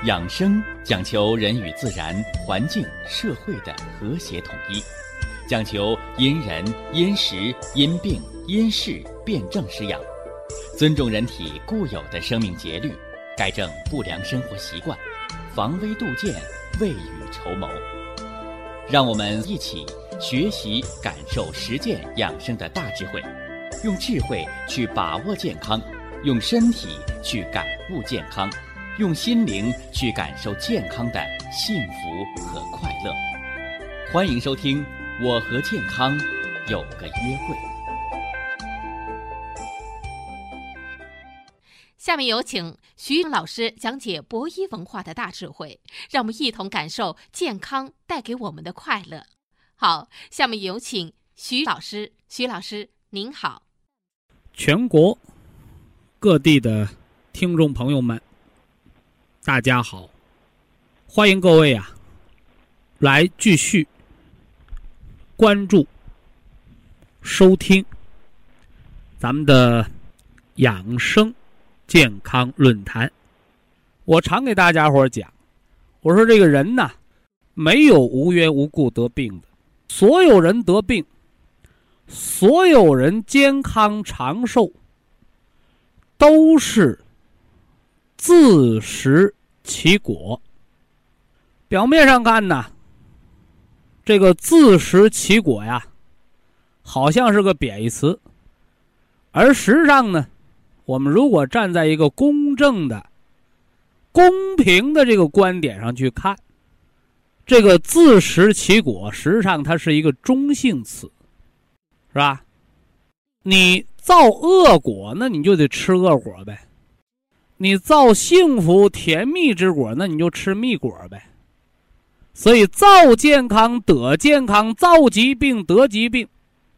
养生讲求人与自然、环境、社会的和谐统一，讲求因人、因时、因病、因事辩证施养，尊重人体固有的生命节律，改正不良生活习惯，防微杜渐，未雨绸缪。让我们一起学习、感受、实践养生的大智慧，用智慧去把握健康，用身体去感悟健康，用心灵去感受健康的幸福和快乐。欢迎收听《我和健康有个约会》。 下面有请徐老师讲解博医文化的大智慧，让我们一同感受健康带给我们的快乐。好，下面有请徐老师。徐老师您好。 全国各地的听众朋友们，大家好，欢迎各位来继续关注收听咱们的养生健康论坛。我常给大家伙讲，我说这个人呐，没有无缘无故得病的，所有人得病，所有人健康长寿，都是自食其果。表面上看呢，这个自食其果好像是个贬义词，而实际上呢，我们如果站在一个公正的、公平的这个观点上去看，这个自食其果实际上它是一个中性词，是吧？你造恶果，那你就得吃恶果呗；你造幸福甜蜜之果，那你就吃蜜果呗。所以造健康得健康，造疾病得疾病。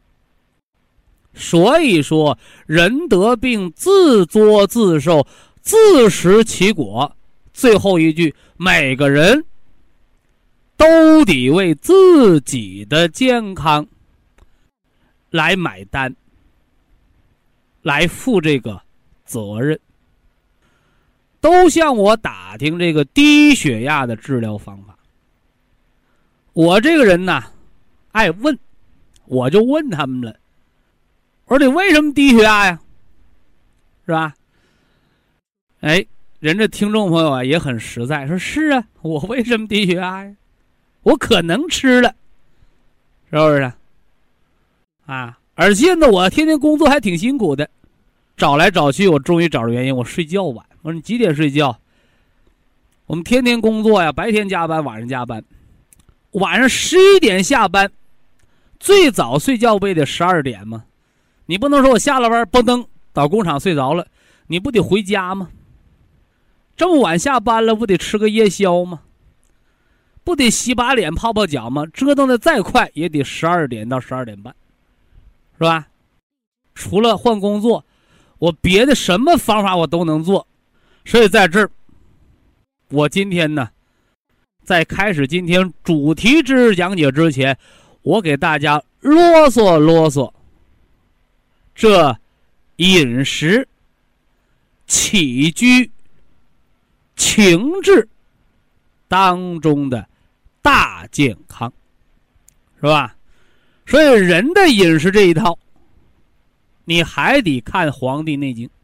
所以说人得病自作自受，自食其果。最后一句，每个人都得为自己的健康来买单，来负这个责任。都向我打听这个低血压的治疗方法。我这个人呢，爱问，我就问他们了，我说你为什么低血压呀？是吧？人这听众朋友也很实在，说是啊，我为什么低血压呀？我可能吃了，是不是而且呢，我天天工作还挺辛苦的，找来找去，我终于找着原因，我睡觉晚。我说你几点睡觉？我们天天工作白天加班，晚上加班，晚上11点下班，最早睡觉不也得12点吗？你不能说我下了班嘣噔到工厂睡着了，你不得回家吗？这么晚下班了，不得吃个夜宵吗？不得洗把脸泡泡脚吗？折腾的再快也得12点到12点半，是吧？除了换工作，我别的什么方法我都能做。所以在这儿，我今天呢，在开始今天主题知识讲解之前，我给大家啰嗦这饮食、起居、情志当中的大健康，是吧？所以人的饮食这一套，你还得看《黄帝内经》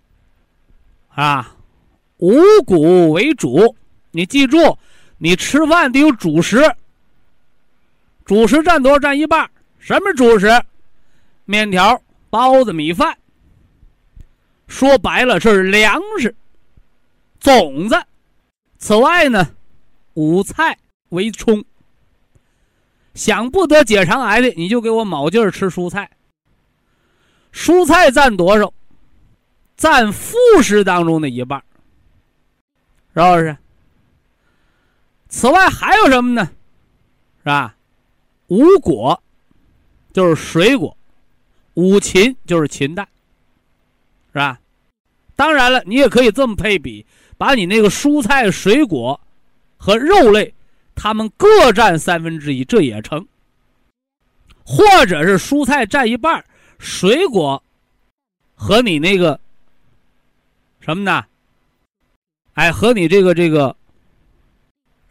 五谷为主。你记住，你吃饭得有主食，主食占多少？占一半。什么主食？面条、包子、米饭。说白了，这是粮食、种子。此外呢，五菜为充。想不得解肠癌的，你就给我卯劲儿吃蔬菜。蔬菜占多少？占副食当中的一半，是不是？此外还有什么呢？是吧？五果就是水果，五禽就是禽蛋，是吧？当然了，你也可以这么配比，把你那个蔬菜、水果和肉类，它们各占1/3，这也成。或者是蔬菜占一半，水果和你那个什么呢？和你这个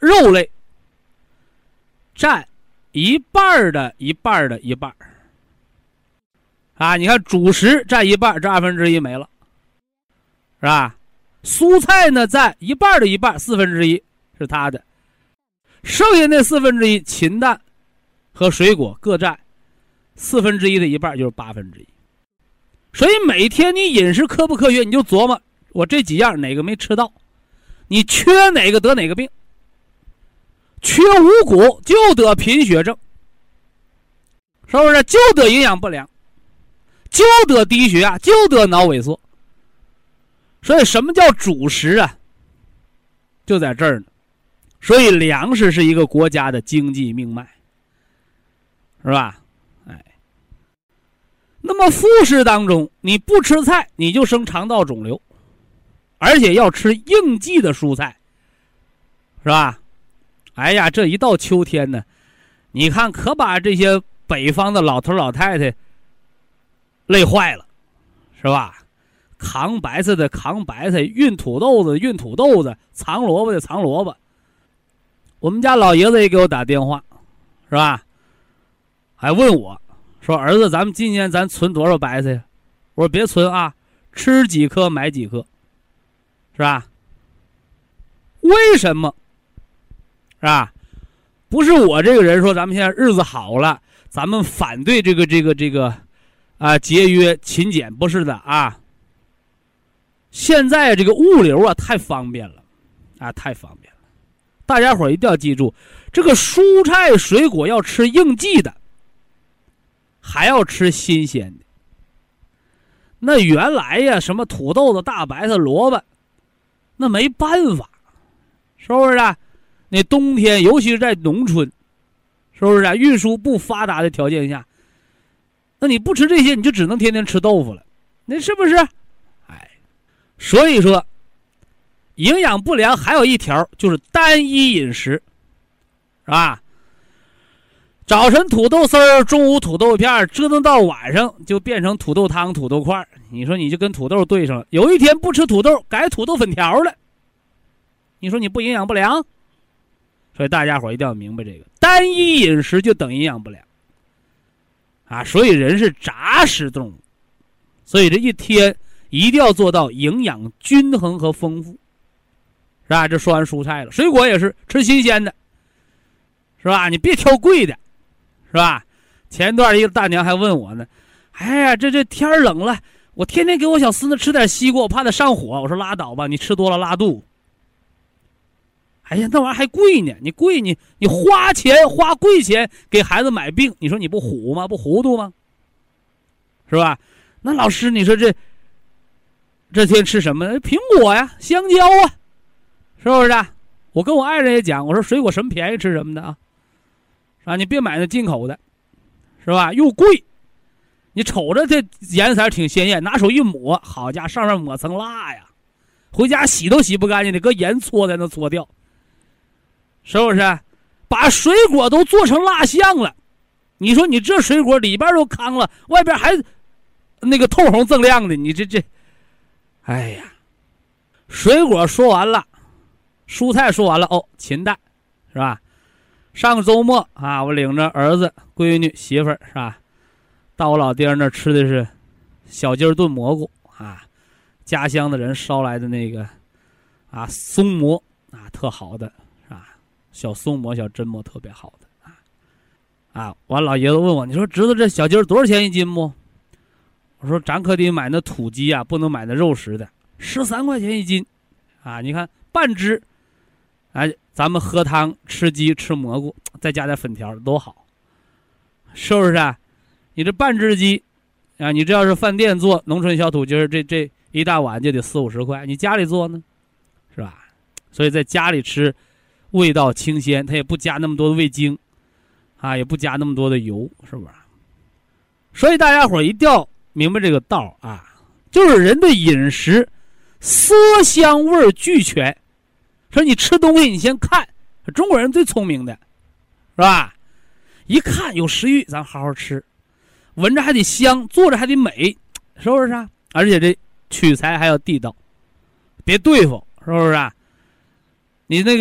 肉类占一半的一半的一半啊，你看主食占一半，这1/2没了，是吧？蔬菜呢占一半的一半，1/4是它的，剩下那1/4，禽蛋和水果各占1/4的一半，就是1/8。所以每天你饮食科不科学，你就琢磨我这几样哪个没吃到，你缺哪个得哪个病。缺五谷就得贫血症，是不是？就得营养不良，就得低血压，就得脑萎缩。所以什么叫主食啊？就在这儿呢。所以粮食是一个国家的经济命脉，是吧？那么副食当中，你不吃菜，你就生肠道肿瘤，而且要吃应季的蔬菜，是吧？哎呀，这一到秋天呢，你看可把这些北方的老头老太太累坏了，是吧？扛白菜的扛白菜，运土豆子运土豆子，藏萝卜的藏萝卜。我们家老爷子也给我打电话，是吧？还问我说：“儿子，咱们今年咱存多少白菜呀？”我说：“别存啊，吃几颗买几颗，是吧？”为什么？是吧？不是我这个人说咱们现在日子好了，咱们反对这个节约勤俭，不是的啊。现在这个物流啊太方便了，啊太方便了。大家伙一定要记住，这个蔬菜水果要吃应季的，还要吃新鲜的。那原来呀，什么土豆子、大白菜、萝卜，那没办法，是不是啊？那冬天，尤其是在农村，是不是啊？运输不发达的条件下，那你不吃这些，你就只能天天吃豆腐了，那是不是？所以说，营养不良还有一条就是单一饮食，是吧？早晨土豆丝儿，中午土豆片，折腾到晚上就变成土豆汤、土豆块。你说你就跟土豆对上了。有一天不吃土豆，改土豆粉条了，你说你不营养不良？所以大家伙一定要明白这个，单一饮食就等于营养不良啊！所以人是杂食动物，所以这一天一定要做到营养均衡和丰富，是吧？这说完蔬菜了，水果也是吃新鲜的，是吧？你别挑贵的，是吧？前段一个大娘还问我呢，哎呀，这天冷了，我天天给我小孙子吃点西瓜，我怕他上火。我说拉倒吧，你吃多了拉肚子。哎呀，那玩意儿还贵呢，你贵你花钱花贵钱给孩子买病，你说你不虎吗？不糊涂吗？是吧？那老师，你说这天吃什么？苹果呀，香蕉啊，是不是啊？我跟我爱人也讲，我说水果什么便宜吃什么的啊，是吧？你别买那进口的，是吧？又贵，你瞅着这颜色挺鲜艳，拿手一抹，好家伙，上面抹层蜡呀，回家洗都洗不干净，得搁盐搓才能搓掉，是不是？把水果都做成蜡像了，你说你这水果里边都糠了，外边还那个透红锃亮的，你这，哎呀，水果说完了，蔬菜说完了，哦，禽蛋，是吧？上个周末啊，我领着儿子、闺女、媳妇儿，是吧？到我老爹那儿吃的是小鸡炖蘑菇啊，家乡的人烧来的那个啊松蘑啊，特好的是吧？小松蘑、小榛蘑特别好的啊！完，老爷子问我，你说知道这小鸡多少钱一斤不？我说咱可得买那土鸡啊，不能买那肉食的，13块钱一斤啊！你看半只，哎，咱们喝汤吃鸡吃蘑菇，再加点粉条多好，是不是啊？你这半只鸡啊，你这要是饭店做农村小土鸡，这一大碗就得40-50块，你家里做呢，是吧？所以在家里吃，味道清鲜，它也不加那么多的味精啊，也不加那么多的油，是不是？所以大家伙一定要明白这个道啊，就是人的饮食色香味俱全。说你吃东西你先看，中国人最聪明的，是吧？一看有食欲，咱好好吃，闻着还得香，做着还得美，是不是啊？而且这取材还要地道，别对付，是不是啊？你那个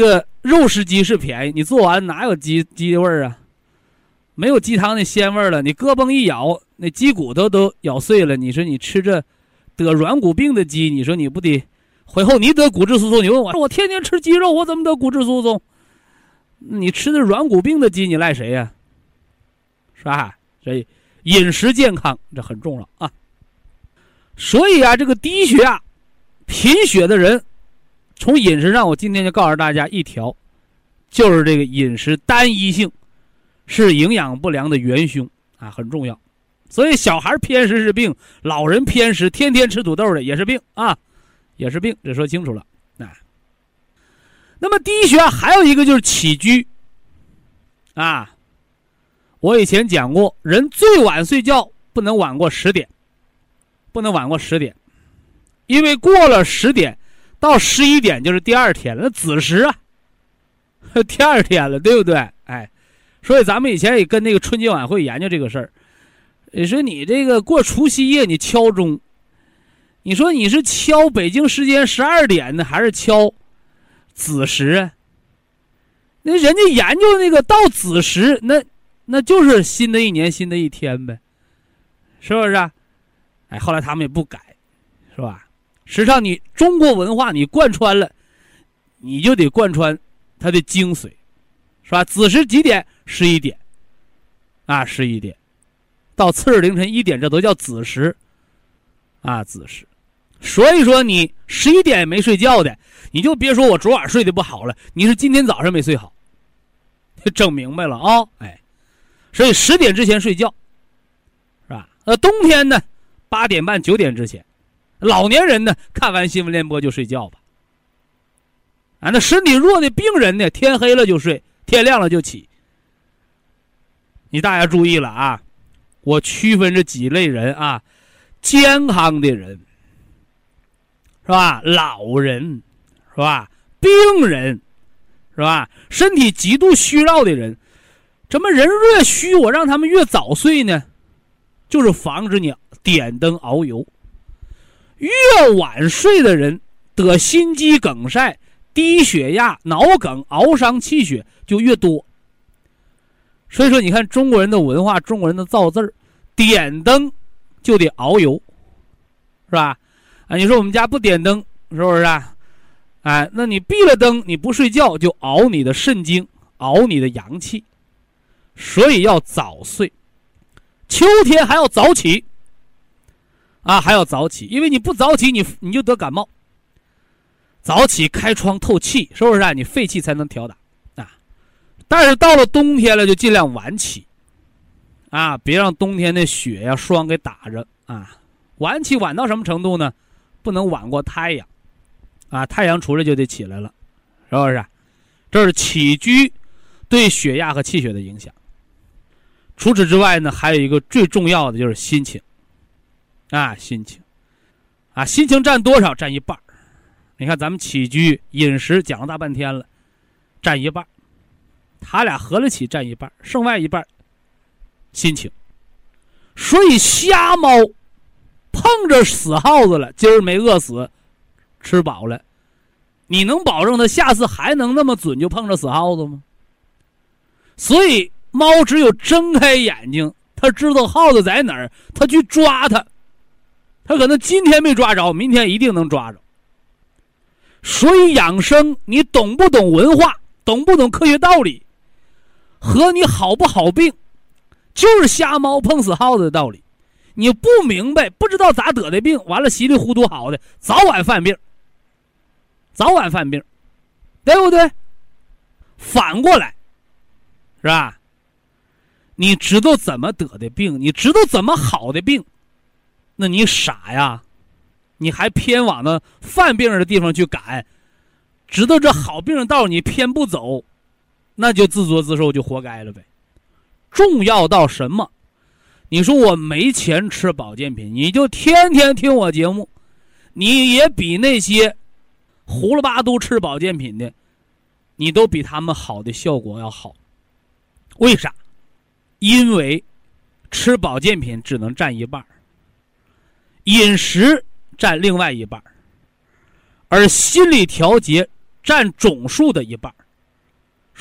肉食鸡是便宜，你做完哪有鸡味儿啊？没有鸡汤那鲜味儿了。你胳膊一咬，那鸡骨头都咬碎了。你说你吃这得软骨病的鸡，你说你不得回后你得骨质疏松？你问我天天吃鸡肉，我怎么得骨质疏松？你吃的软骨病的鸡，你赖谁呀？是吧？所以饮食健康这很重要啊。所以啊，这个低血压、贫血的人，从饮食上，我今天就告诉大家一条，就是这个饮食单一性是营养不良的元凶啊，很重要。所以小孩偏食是病，老人偏食天天吃土豆的也是病啊，也是病，这说清楚了啊。那么低血压还有一个就是起居啊，我以前讲过，人最晚睡觉不能晚过10点，不能晚过10点，因为过了10点到11点就是第二天了，那子时啊，第二天了，对不对？哎，所以咱们以前也跟那个春节晚会研究这个事儿。你说你这个过除夕夜你敲钟，你说你是敲北京时间12点呢，还是敲子时啊？那人家研究那个到子时，那就是新的一年新的一天呗，是不是啊？哎，后来他们也不改，是吧？实际上你中国文化你贯穿了，你就得贯穿它的精髓，是吧？子时几点？11点啊，11点到次日凌晨1点，这都叫子时啊，子时。所以说你11点也没睡觉的，你就别说我昨晚睡得不好了，你是今天早上没睡好，就整明白了啊。哎，所以10点之前睡觉，是吧？冬天呢8点半9点之前，老年人呢看完新闻联播就睡觉吧。啊，那身体弱的病人呢，天黑了就睡，天亮了就起。你大家注意了啊，我区分这几类人啊，健康的人，是吧？老人，是吧？病人，是吧？身体极度虚弱的人，怎么人越虚，我让他们越早睡呢？就是防止你点灯熬油。越晚睡的人得心肌梗塞、低血压、脑梗、熬伤气血就越多。所以说你看中国人的文化，中国人的造字儿，点灯就得熬油，是吧？啊，你说我们家不点灯，是不是啊？哎，那你闭了灯你不睡觉，就熬你的肾精，熬你的阳气。所以要早睡，秋天还要早起啊，还要早起，因为你不早起你就得感冒。早起开窗透气，是不是啊？你肺气才能调打啊。但是到了冬天了，就尽量晚起啊，别让冬天的雪呀霜给打着啊。晚起晚到什么程度呢？不能晚过太阳啊，太阳出来就得起来了，是不是？这是起居对血压和气血的影响。除此之外呢，还有一个最重要的就是心情啊，心情啊，心情占多少？占一半。你看咱们起居饮食讲了大半天了，占一半，他俩合了起占一半，剩外一半心情。所以瞎猫碰着死耗子了，今儿没饿死，吃饱了，你能保证它下次还能那么准就碰着死耗子吗？所以猫只有睁开眼睛，它知道耗子在哪儿，它去抓它，它可能今天没抓着，明天一定能抓着。所以养生，你懂不懂文化，懂不懂科学道理，和你好不好病，就是瞎猫碰死耗子的道理。你不明白，不知道咋得的病，完了稀里糊涂好的，早晚犯病，早晚犯病，对不对？反过来，是吧？你知道怎么得的病，你知道怎么好的病，那你傻呀？你还偏往那犯病的地方去赶，知道这好病的道你偏不走，那就自作自受，就活该了呗。重要到什么？你说我没钱吃保健品，你就天天听我节目，你也比那些胡了八都吃保健品的，你都比他们好的效果要好。为啥？因为吃保健品只能占一半，饮食占另外一半，而心理调节占总数的一半。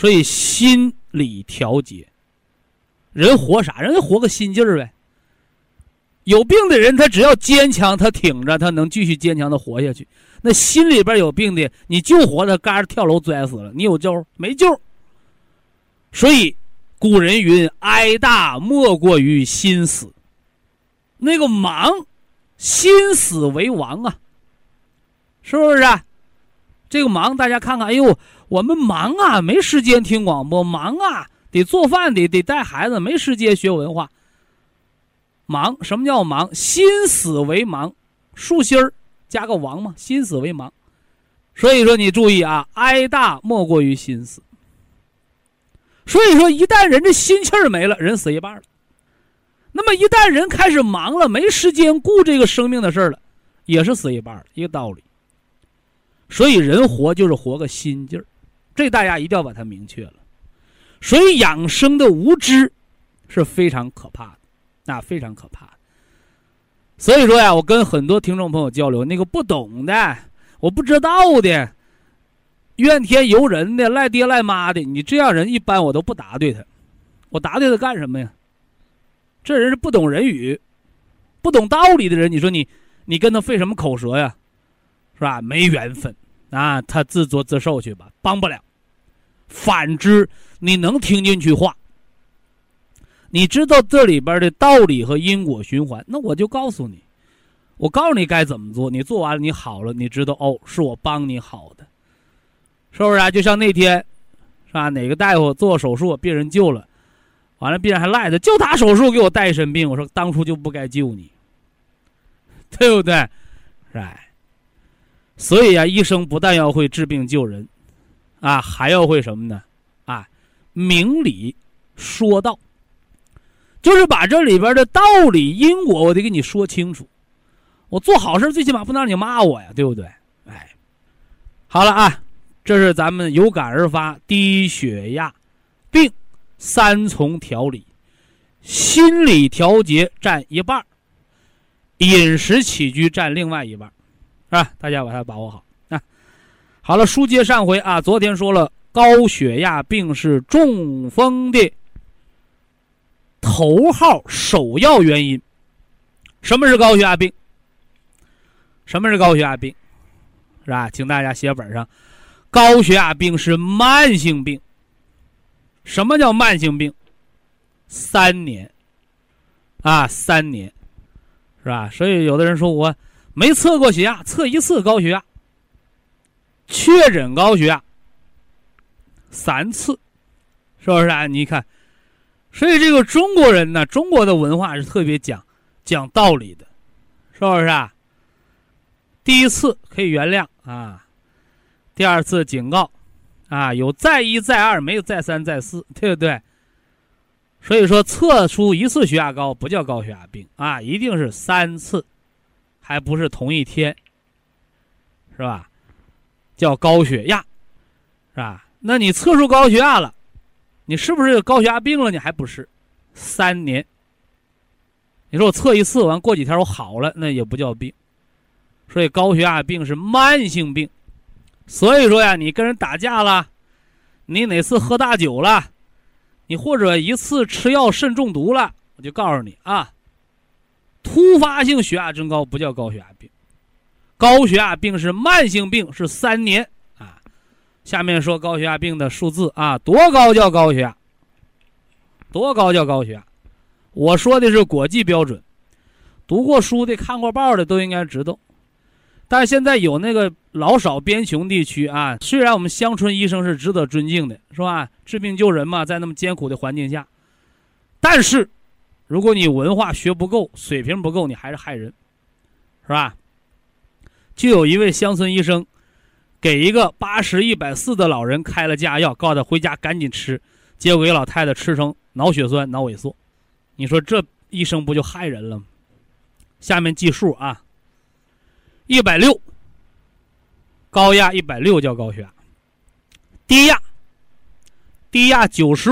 所以心理调节，人活啥？人活个心劲儿呗。有病的人，他只要坚强，他挺着，他能继续坚强的活下去。那心里边有病的，你救活他，嘎跳楼摔死了，你有救没救？所以古人云：哀大莫过于心死。那个忙，心死为亡啊，是不是啊？这个忙，大家看看，哎呦，我们忙啊，没时间听广播，忙啊，得做饭，得带孩子，没时间学文化。忙，什么叫忙？心死为忙，竖心儿加个亡嘛，心死为忙。所以说你注意啊，哀大莫过于心死。所以说一旦人的心气儿没了，人死一半了。那么一旦人开始忙了，没时间顾这个生命的事了，也是死一半了，一个道理。所以人活就是活个心劲儿，这大家一定要把它明确了。所以养生的无知是非常可怕的，非常可怕的。所以说呀，我跟很多听众朋友交流，那个不懂的，我不知道的，怨天尤人的，赖爹赖妈的，你这样人一般我都不答对他。我答对他干什么呀？这人是不懂人语，不懂道理的人，你说你跟他费什么口舌呀？是吧？没缘分啊，他自作自受去吧，帮不了。反之，你能听进去话，你知道这里边的道理和因果循环，那我就告诉你，我告诉你该怎么做，你做完了你好了，你知道哦，是我帮你好的，是不是啊？就像那天，是吧？哪个大夫做手术，病人救了，完了病人还赖着，就打手术给我带一身病，我说当初就不该救你，对不对？哎，所以啊，医生不但要会治病救人，啊，还要会什么呢？啊，明理说道，就是把这里边的道理因果我得给你说清楚。我做好事最起码不能让你骂我呀，对不对？哎，好了啊，这是咱们有感而发低血压病3重调理，心理调节占一半，饮食起居占另外一半，啊，大家把它把握好啊。好了，书接上回啊，昨天说了高血压病是中风的头号首要原因。什么是高血压病？什么是高血压病？是吧？请大家写本上，高血压病是慢性病。什么叫慢性病？3年啊，3年，是吧？所以有的人说我没测过血压，测一次高血压，确诊高血压3次，是不是啊？你看，所以这个中国人呢，中国的文化是特别讲道理的，是不是啊？第一次可以原谅啊，第二次警告啊，有再一再二，没有再三再四，对不对？所以说测出一次血压高不叫高血压病啊，一定是3次，还不是同一天，是吧？叫高血压，是吧？那你测出高血压了，你是不是有高血压病了？你还不是，3年。你说我测一次完过几天我好了，那也不叫病。所以高血压病是慢性病。所以说呀，你跟人打架了，你哪次喝大酒了，你或者一次吃药肾中毒了，我就告诉你啊，突发性血压增高不叫高血压病，高血压病是慢性病，是3年啊。下面说高血压病的数字啊，多高叫高血压？多高叫高血压？我说的是国际标准，读过书的、看过报的都应该知道。但现在有那个老少边穷地区啊，虽然我们乡村医生是值得尊敬的，是吧？治病救人嘛，在那么艰苦的环境下，但是如果你文化学不够，水平不够，你还是害人，是吧？就有一位乡村医生给一个80、140的老人开了假药，告诉他回家赶紧吃，结果给老太太吃成脑血栓、脑萎缩。你说这医生不就害人了吗？下面记数啊，160，高压160叫高血压，低压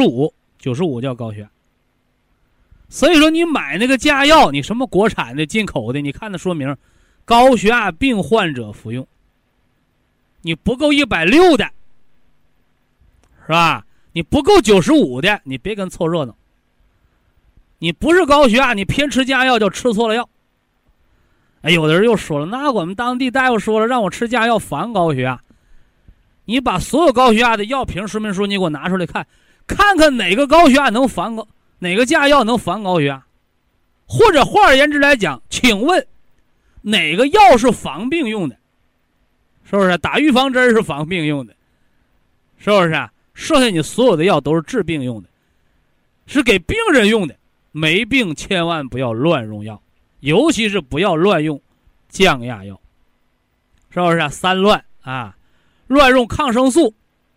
95叫高血压。所以说你买那个假药，你什么国产的、进口的，你看它说明高血压病患者服用，你不够160的，是吧？ 你不够95的，你别跟凑热闹。你不是高血压，你偏吃降压药就吃错了药。哎，有的人又说了，那我们当地大夫说了，让我吃降压药防高血压。你把所有高血压的药瓶说明书你给我拿出来看，看看哪个高血压能防高，哪个降压药能防高血压。或者换而言之来讲，请问哪个药是防病用的？是不是？打预防针是防病用的，是不是？剩下你所有的药都是治病用的，是给病人用的。没病千万不要乱用药，尤其是不要乱用降压药，是不是？3乱啊，乱用抗生素，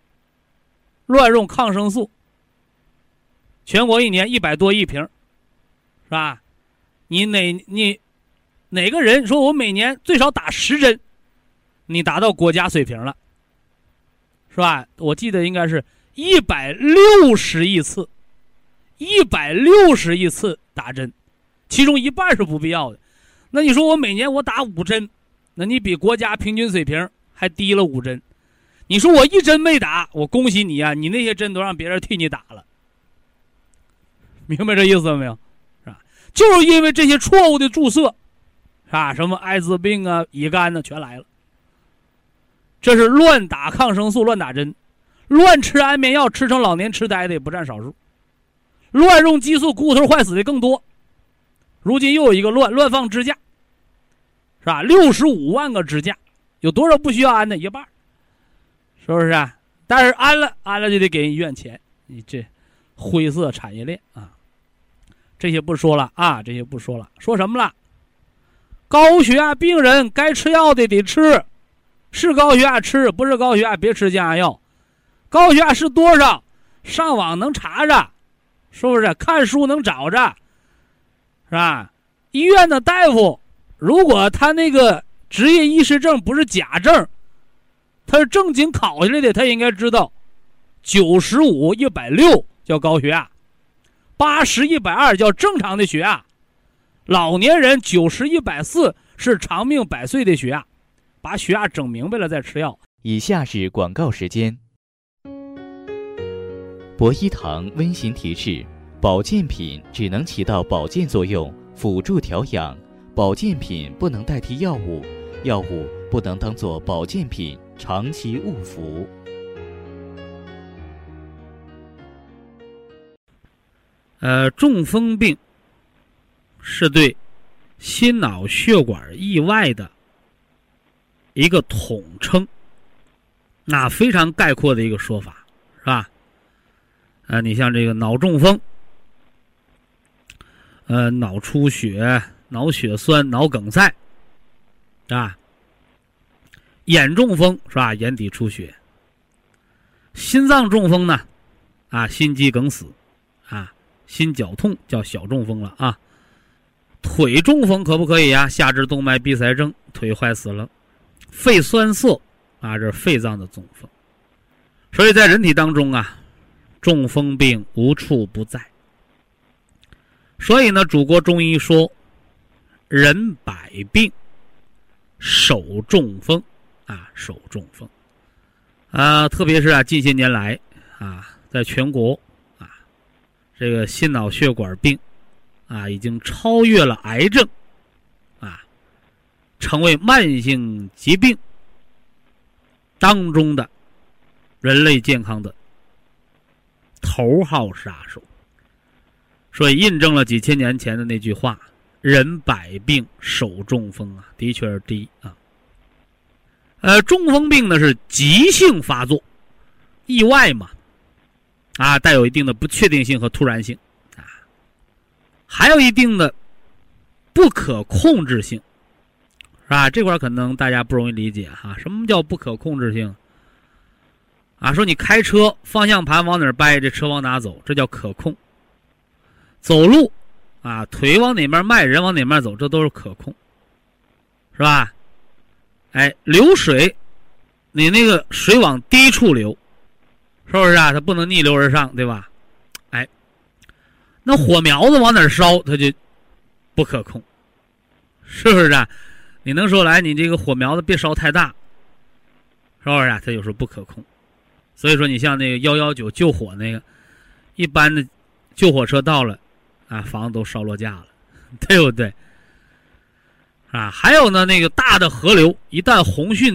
全国一年100多亿瓶，是吧？你哪个人说我每年最少打10针，你达到国家水平了，是吧？我记得应该是160亿次，160亿次打针，其中一半是不必要的。那你说我每年我打5针，那你比国家平均水平还低了5针。你说我1针没打，我恭喜你啊，你那些针都让别人替你打了。明白这意思了没有？是吧？就是因为这些错误的注射，啊，什么艾滋病啊、乙肝呢，全来了。这是乱打抗生素、乱打针，乱吃安眠药，吃成老年痴呆的也不占少数。乱用激素，骨头坏死的更多。如今又有一个乱放支架，是吧？65万个支架，有多少不需要安的？一半，是不是啊？但是安了就得给医院钱，你这灰色产业链啊！这些不说了啊，这些不说了，说什么了？高血压病人该吃药的得吃，是高血压吃，不是高血压别吃降压药。高血压是多少？上网能查着，是不是？看书能找着，是吧？医院的大夫，如果他那个执业医师证不是假证，他是正经考下来的，他应该知道95、160叫高血压，80、120叫正常的血压，老年人90、140是长命百岁的血压。把血压整明白了再吃药。 以下是广告时间。博一堂温馨提示：保健品只能起到保健作用，辅助调养，保健品不能代替药物，药物不能当作保健品长期误服。 中风病是对心脑血管意外的一个统称，那非常概括的一个说法，是吧？你像这个脑中风，脑出血、脑血栓、脑梗塞，啊，眼中风是吧？眼底出血。心脏中风呢，心肌梗死，心绞痛叫小中风了啊。腿中风可不可以啊？下肢动脉闭塞症，腿坏死了。肺栓塞这是肺脏的中风。所以在人体当中中风病无处不在。所以呢，祖国中医说人百病首中风首中风特别是近些年来在全国这个心脑血管病已经超越了癌症成为慢性疾病当中的人类健康的头号杀手。所以印证了几千年前的那句话，人百病首中风的确是第一中风病呢是急性发作，意外嘛带有一定的不确定性和突然性还有一定的不可控制性，是吧？这块可能大家不容易理解什么叫不可控制性说你开车方向盘往哪儿掰，这车往哪走，这叫可控。走路腿往哪面迈，人往哪面走，这都是可控，是吧？流水你那个水往低处流，是不是它不能逆流而上，对吧？那火苗子往哪儿烧，它就不可控，是不是你能说来你这个火苗子别烧太大，是不是它有时候不可控所以说你像那个119救火那个，一般的救火车到了啊，房子都烧落架了，对不对？啊，还有呢，那个大的河流一旦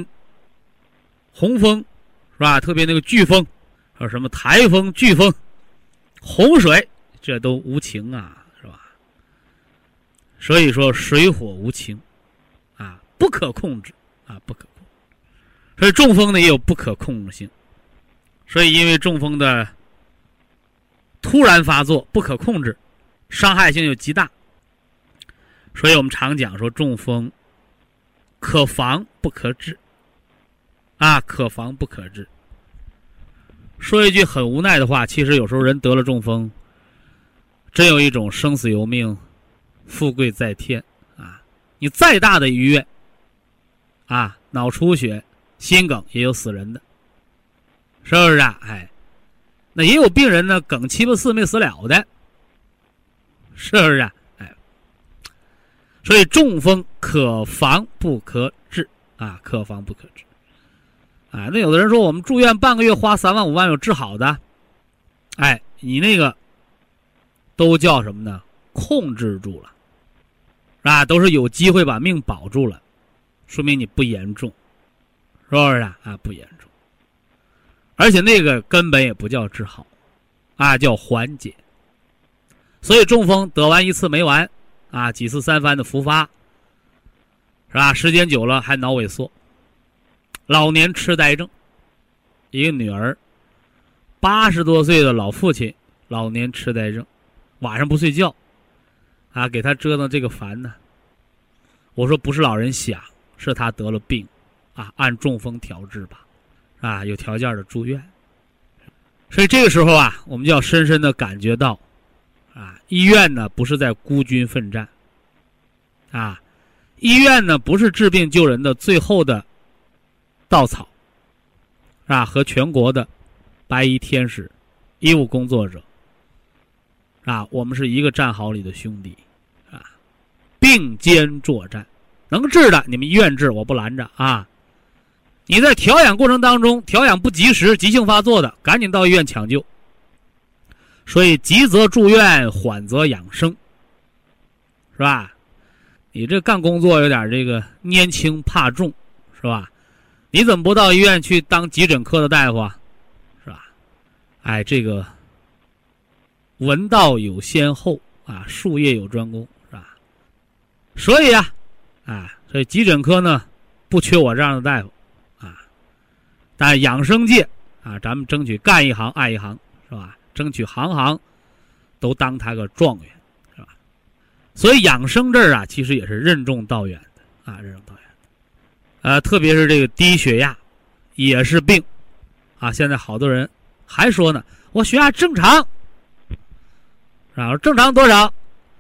洪峰是吧？特别那个飓风，还有什么台风、飓风、洪水，这都无情啊，是吧？所以说水火无情啊，不可控制啊，不可控。所以中风呢也有不可控制性，所以因为中风的突然发作不可控制，伤害性又极大，所以我们常讲说中风可防不可治啊，可防不可治。说一句很无奈的话，其实有时候人得了中风，真有一种生死由命，富贵在天啊！你再大的医院啊，脑出血、心梗也有死人的，是不是啊？哎，那也有病人呢，梗7、8、4没死了的，是不是啊？哎，所以中风可防不可治啊，可防不可治。啊，那有的人说我们住院半个月花3万5万有治好的，哎，你那个都叫什么呢？控制住了，啊，都是有机会把命保住了，说明你不严重，是不是啊？啊，不严重，而且那个根本也不叫治好，啊，叫缓解。所以中风得完一次没完，啊，几次3番的复发，是吧？时间久了还脑萎缩。老年痴呆症，一个女儿，80多岁的老父亲，老年痴呆症，晚上不睡觉，啊，给他折腾这个烦呢。我说不是老人想，是他得了病，啊，按中风调治吧，啊，有条件的住院。所以这个时候啊，我们就要深深的感觉到，啊，医院呢不是在孤军奋战，啊，医院呢不是治病救人的最后的稻草，啊，和全国的白衣天使、医务工作者，啊，我们是一个战壕里的兄弟，啊，并肩作战。能治的你们医院治，我不拦着啊。你在调养过程当中，调养不及时、急性发作的，赶紧到医院抢救。所以急则住院，缓则养生，是吧？你这干工作有点这个拈轻怕重，是吧？你怎么不到医院去当急诊科的大夫啊？是吧？哎，这个文道有先后啊，术业有专攻，是吧？所以啊，所以急诊科呢不缺我这样的大夫啊，但养生界啊，咱们争取干一行爱一行，是吧？争取行行都当他个状元，是吧？所以养生这儿啊，其实也是任重道远的啊，任重道远。特别是这个低血压也是病啊！现在好多人还说呢，我血压正常，然后正常多少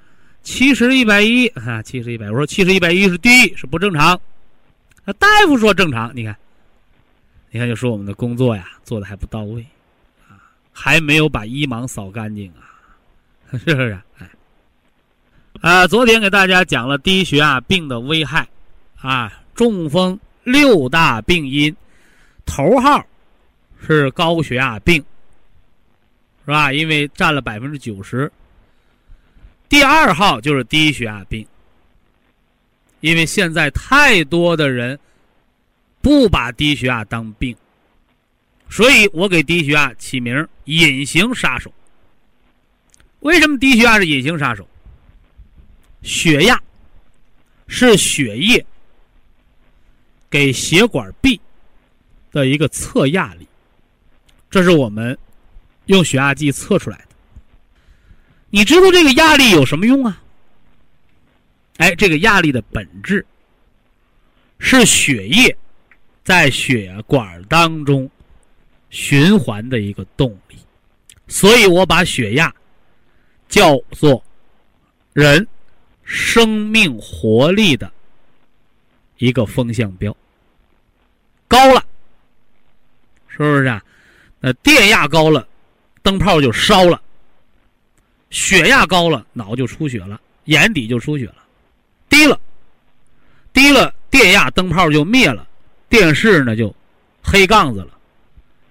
？70/110啊，70/100。我说70/110是低，是不正常。大夫说正常，你看就说我们的工作呀做的还不到位啊，还没有把医盲扫干净啊，是不是？哎，昨天给大家讲了低血压病的危害啊。中风6大病因，头号是高血压病，是吧？因为占了90%。第2号就是低血压病，因为现在太多的人不把低血压当病，所以我给低血压起名隐形杀手。为什么低血压是隐形杀手？血压是血液给血管壁的一个测压力，这是我们用血压计测出来的。你知道这个压力有什么用啊？哎，这个压力的本质是血液在血管当中循环的一个动力，所以我把血压叫做人生命活力的一个风向标。高了，是不是啊？那电压高了，灯泡就烧了；血压高了，脑就出血了，眼底就出血了。低了，电压灯泡就灭了，电视呢就黑杠子了。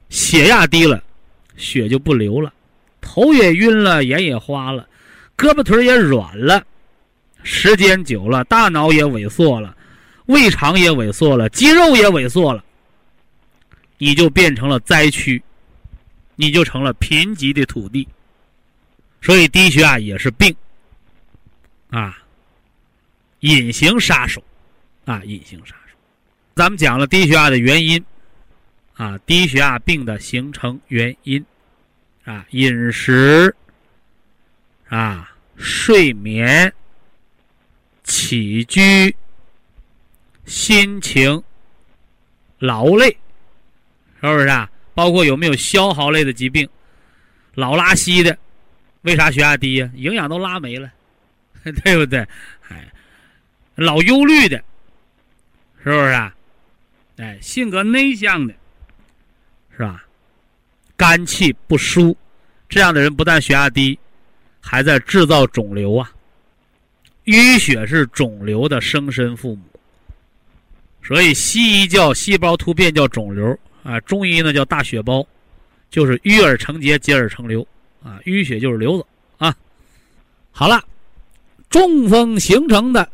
血压低了，血就不流了，头也晕了，眼也花了，胳膊腿也软了，时间久了，大脑也萎缩了，胃肠也萎缩了，肌肉也萎缩了，你就变成了灾区，你就成了贫瘠的土地。所以低血压也是病啊，隐形杀手啊，隐形杀手。咱们讲了低血压的原因啊，低血压病的形成原因啊，饮食啊，睡眠、起居、心情、劳累，是不是啊？包括有没有消耗类的疾病，老拉稀的，为啥血压低呀？营养都拉没了，对不对？哎，老忧虑的，是不是啊？哎，性格内向的，是吧？肝气不舒，这样的人不但血压低，还在制造肿瘤啊。淤血是肿瘤的生身父母，所以西医叫细胞突变叫肿瘤啊，中医呢叫大血包，就是淤而成结，结而成瘤啊，淤血就是瘤子啊。好了，中风形成的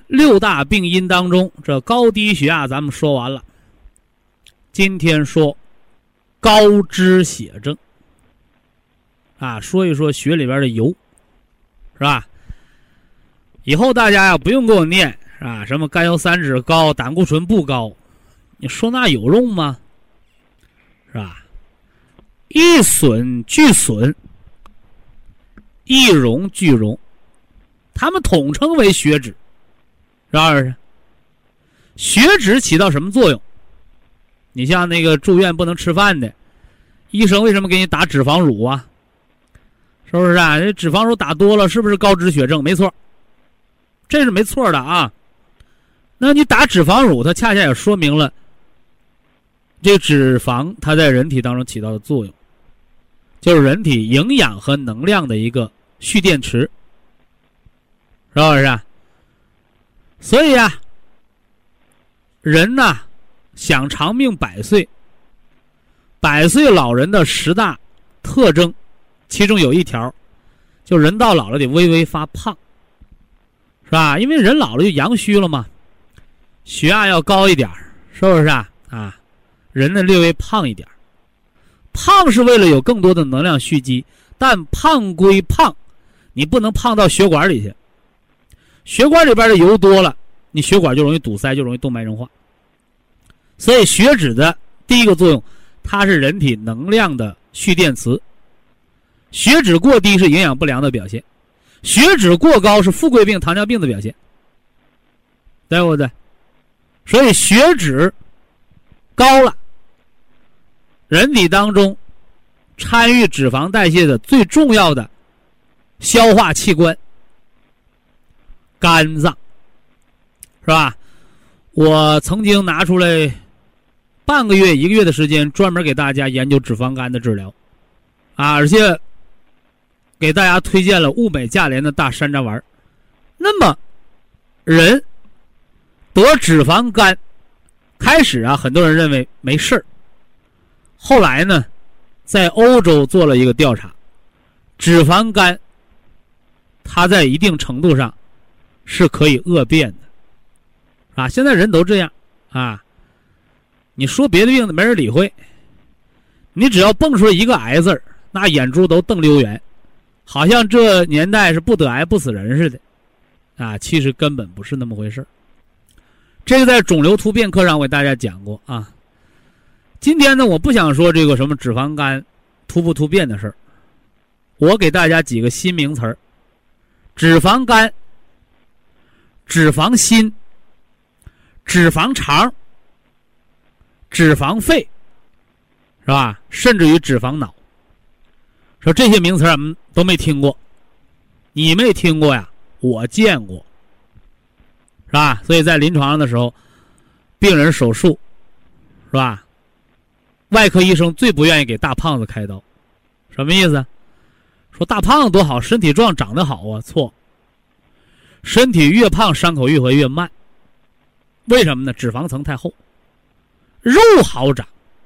6大病因当中，这高低血压咱们说完了。今天说高脂血症啊，说一说血里边的油，是吧？以后大家呀不用给我念啊，什么甘油三酯高，胆固醇不高，你说那有用吗？是吧？一损俱损，一荣俱荣，他们统称为血脂，是不是？血脂起到什么作用？你像那个住院不能吃饭的，医生为什么给你打脂肪乳啊？是不是啊？这脂肪乳打多了，是不是高脂血症？没错，这是没错的啊。那你打脂肪乳，它恰恰也说明了这脂肪它在人体当中起到的作用，就是人体营养和能量的一个蓄电池，是不是啊？所以啊，人呐想长命100岁，100岁老人的10大特征，其中有一条，就人到老了得微微发胖，是吧？因为人老了就阳虚了嘛，血压要高一点，是不是啊？啊，人呢略微胖一点，胖是为了有更多的能量蓄积，但胖归胖，你不能胖到血管里去，血管里边的油多了，你血管就容易堵塞，就容易动脉硬化。所以血脂的第一个作用，它是人体能量的蓄电池。血脂过低是营养不良的表现，血脂过高是富贵病、糖尿病的表现，对不对？所以血脂高了，人体当中参与脂肪代谢的最重要的消化器官肝脏，是吧？我曾经拿出来半个月、1个月的时间，专门给大家研究脂肪肝的治疗啊，而且给大家推荐了物美价廉的大山楂丸。那么人得脂肪肝，开始啊，很多人认为没事儿，后来呢，在欧洲做了一个调查，脂肪肝它在一定程度上是可以恶变的啊。现在人都这样啊，你说别的病的没人理会，你只要蹦出来一个癌字，那眼珠都瞪溜圆，好像这年代是不得癌不死人似的啊，其实根本不是那么回事。这个在肿瘤突变课上我给大家讲过啊。今天呢，我不想说这个什么脂肪肝突不突变的事儿，我给大家几个新名词儿：脂肪肝、脂肪心、脂肪肠、脂肪肺，是吧？甚至于脂肪脑。说这些名词我们都没听过，你没听过呀，我见过，是吧？所以在临床上的时候，病人手术，是吧？外科医生最不愿意给大胖子开刀，什么意思？说大胖子多好，身体壮，长得好啊，错。身体越胖，伤口愈合越慢。为什么呢？脂肪层太厚，肉好长，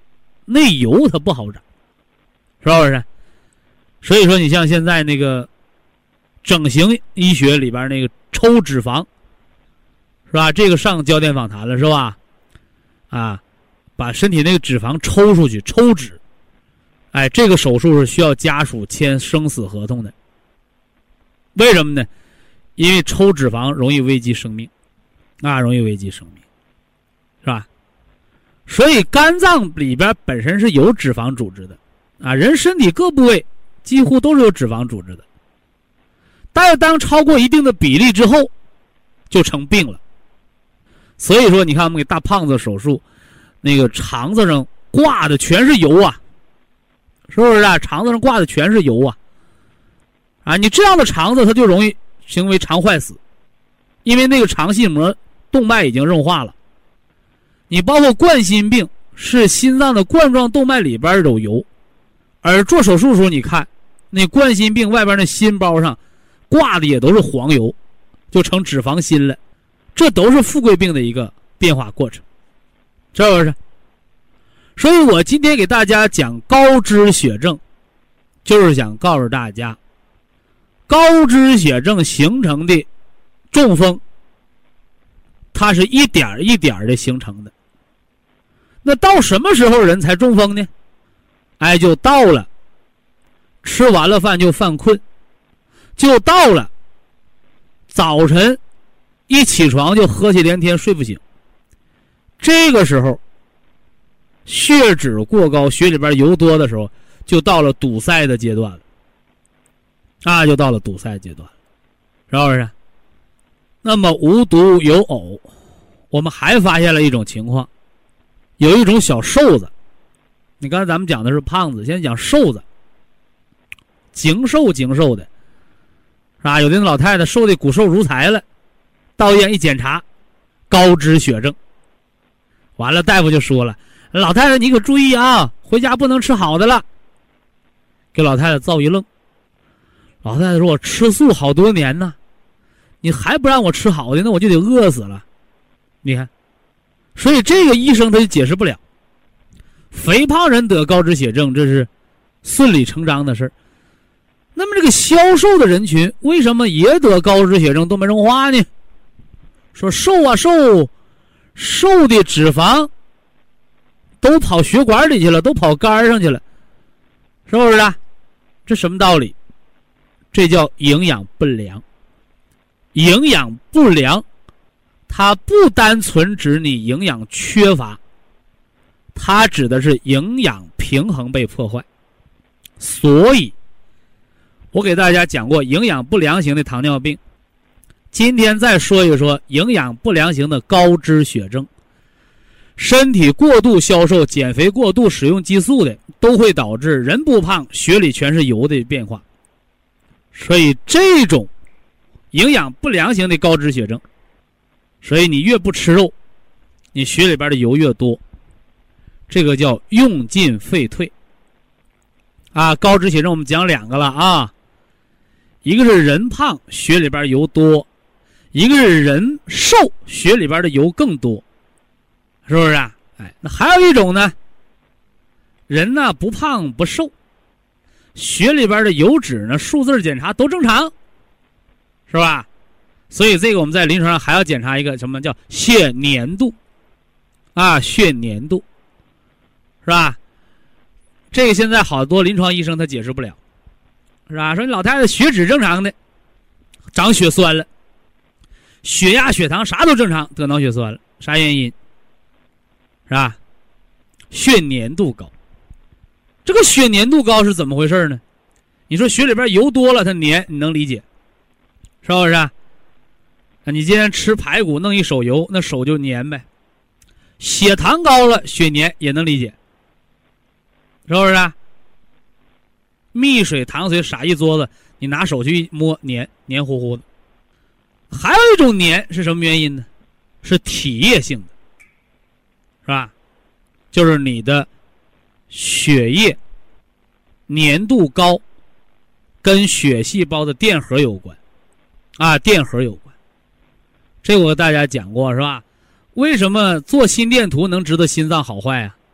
内油它不好长，是不是？所以说你像现在那个整形医学里边那个抽脂肪，是吧？这个上焦点访谈了，是吧？啊，把身体那个脂肪抽出去，抽脂，哎，这个手术是需要家属签生死合同的。为什么呢？因为抽脂肪容易危及生命，容易危及生命，是吧？所以肝脏里边本身是有脂肪组织的，人身体各部位几乎都是有脂肪组织的，但是当超过一定的比例之后，就成病了。所以说，你看我们给大胖子手术，那个肠子上挂的全是油啊，是不是啊？肠子上挂的全是油啊！你这样的肠子它就容易行为肠坏死，因为那个肠系膜动脉已经硬化了。你包括冠心病，是心脏的冠状动脉里边有油，而做手术的时候，你看那冠心病外边那心包上挂的也都是黄油，就成脂肪心了。这都是富贵病的一个变化过程，是不是？所以我今天给大家讲高脂血症，就是想告诉大家，高脂血症形成的中风，它是一点一点的形成的。那到什么时候人才中风呢？就到了吃完了饭就犯困，就到了早晨一起床就喝气连天睡不醒，这个时候血脂过高，血里边油多的时候，就到了堵塞的阶段了，就到了堵塞阶段，是不是？那么无独有偶，我们还发现了一种情况，有一种小瘦子，你刚才咱们讲的是胖子，现在讲瘦子，精瘦的，是吧？有的老太太瘦的骨瘦如柴了，到医院一检查，高脂血症。完了，大夫就说了：“老太太，你可注意啊，回家不能吃好的了。”给老太太造一愣。老太太说：“我吃素好多年呢，你还不让我吃好的，那我就得饿死了。”你看，所以这个医生他就解释不了。肥胖人得高脂血症，这是顺理成章的事儿。那么这个消瘦的人群为什么也得高脂血症动脉硬化呢？说瘦啊瘦的脂肪都跑血管里去了，都跑肝上去了，是不是啊？这什么道理？这叫营养不良。营养不良它不单纯指你营养缺乏，它指的是营养平衡被破坏。所以我给大家讲过营养不良型的糖尿病，今天再说一说营养不良型的高脂血症。身体过度消瘦、减肥过度、使用激素的，都会导致人不胖，血里全是油的变化。所以这种营养不良型的高脂血症，所以你越不吃肉，你血里边的油越多，这个叫用进废退。高脂血症我们讲两个了一个是人胖血里边油多，一个是人瘦血里边的油更多，是不是啊？那还有一种呢，人呢不胖不瘦，血里边的油脂呢数字检查都正常，是吧？所以这个我们在临床上还要检查一个什么叫血粘度血粘度，是吧？这个现在好多临床医生他解释不了，是吧？说你老太太血脂正常的，长血栓了，血压血糖啥都正常，得脑血栓了，啥原因？是吧？血粘度高。这个血粘度高是怎么回事呢？你说血里边油多了它粘，你能理解，是不是你今天吃排骨弄一手油，那手就粘呗。血糖高了血粘也能理解，是不是蜜水糖水撒一桌子，你拿手去一摸，黏糊糊的。还有一种粘是什么原因呢？是体液性的，是吧？就是你的血液粘度高，跟血细胞的电荷有关电荷有关。这我给大家讲过，是吧？为什么做心电图能知道心脏好坏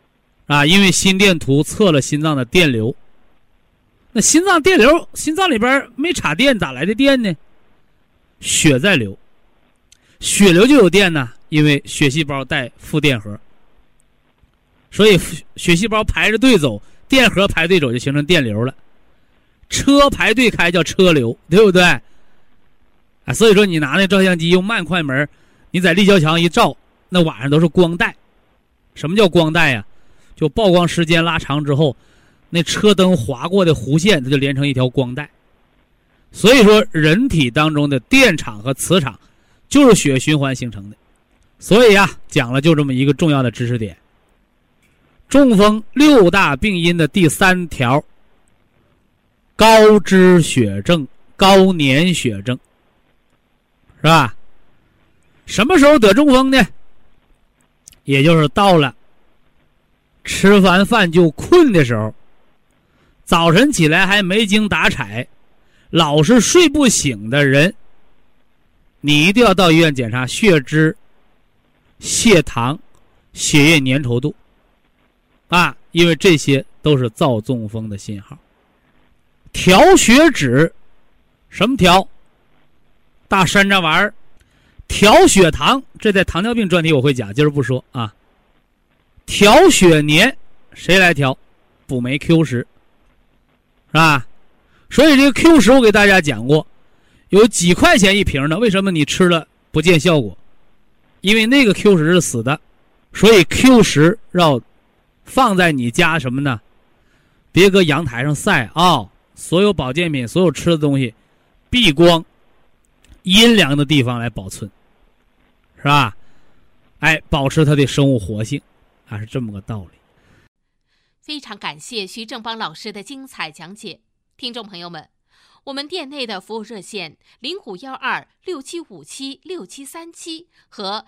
啊，因为心电图测了心脏的电流。那心脏电流，心脏里边没插电，咋来的电呢？血在流，血流就有电呢，因为血细胞带负电荷，所以血细胞排着队走，电荷排队走就形成电流了。车排队开叫车流，对不对？啊，所以说你拿那照相机用慢快门，你在立交桥一照，那晚上都是光带。什么叫光带呀？就曝光时间拉长之后，那车灯划过的弧线，它就连成一条光带。所以说，人体当中的电场和磁场，就是血液循环形成的。所以呀，讲了就这么一个重要的知识点。中风6大病因的第3条，高脂血症、高粘血症，是吧？什么时候得中风呢？也就是到了吃完饭就困的时候，早晨起来还没精打采，老是睡不醒的人，你一定要到医院检查血脂、血糖、血液粘稠度啊，因为这些都是躁中风的信号。调血脂，什么调？大山楂丸。调血糖，这在糖尿病专题我会讲，今儿不说啊。调血粘，谁来调？补酶 Q10，是吧？所以这个 Q10我给大家讲过，有几块钱一瓶的，为什么你吃了不见效果？因为那个 Q10是死的，所以 Q10要放在你家什么呢？别搁阳台上晒啊！所有保健品、所有吃的东西，避光、阴凉的地方来保存，是吧？哎，保持它的生物活性，啊，是这么个道理。 非常感谢徐正邦老师的精彩讲解，听众朋友们，我们店内的服务热线051267576737和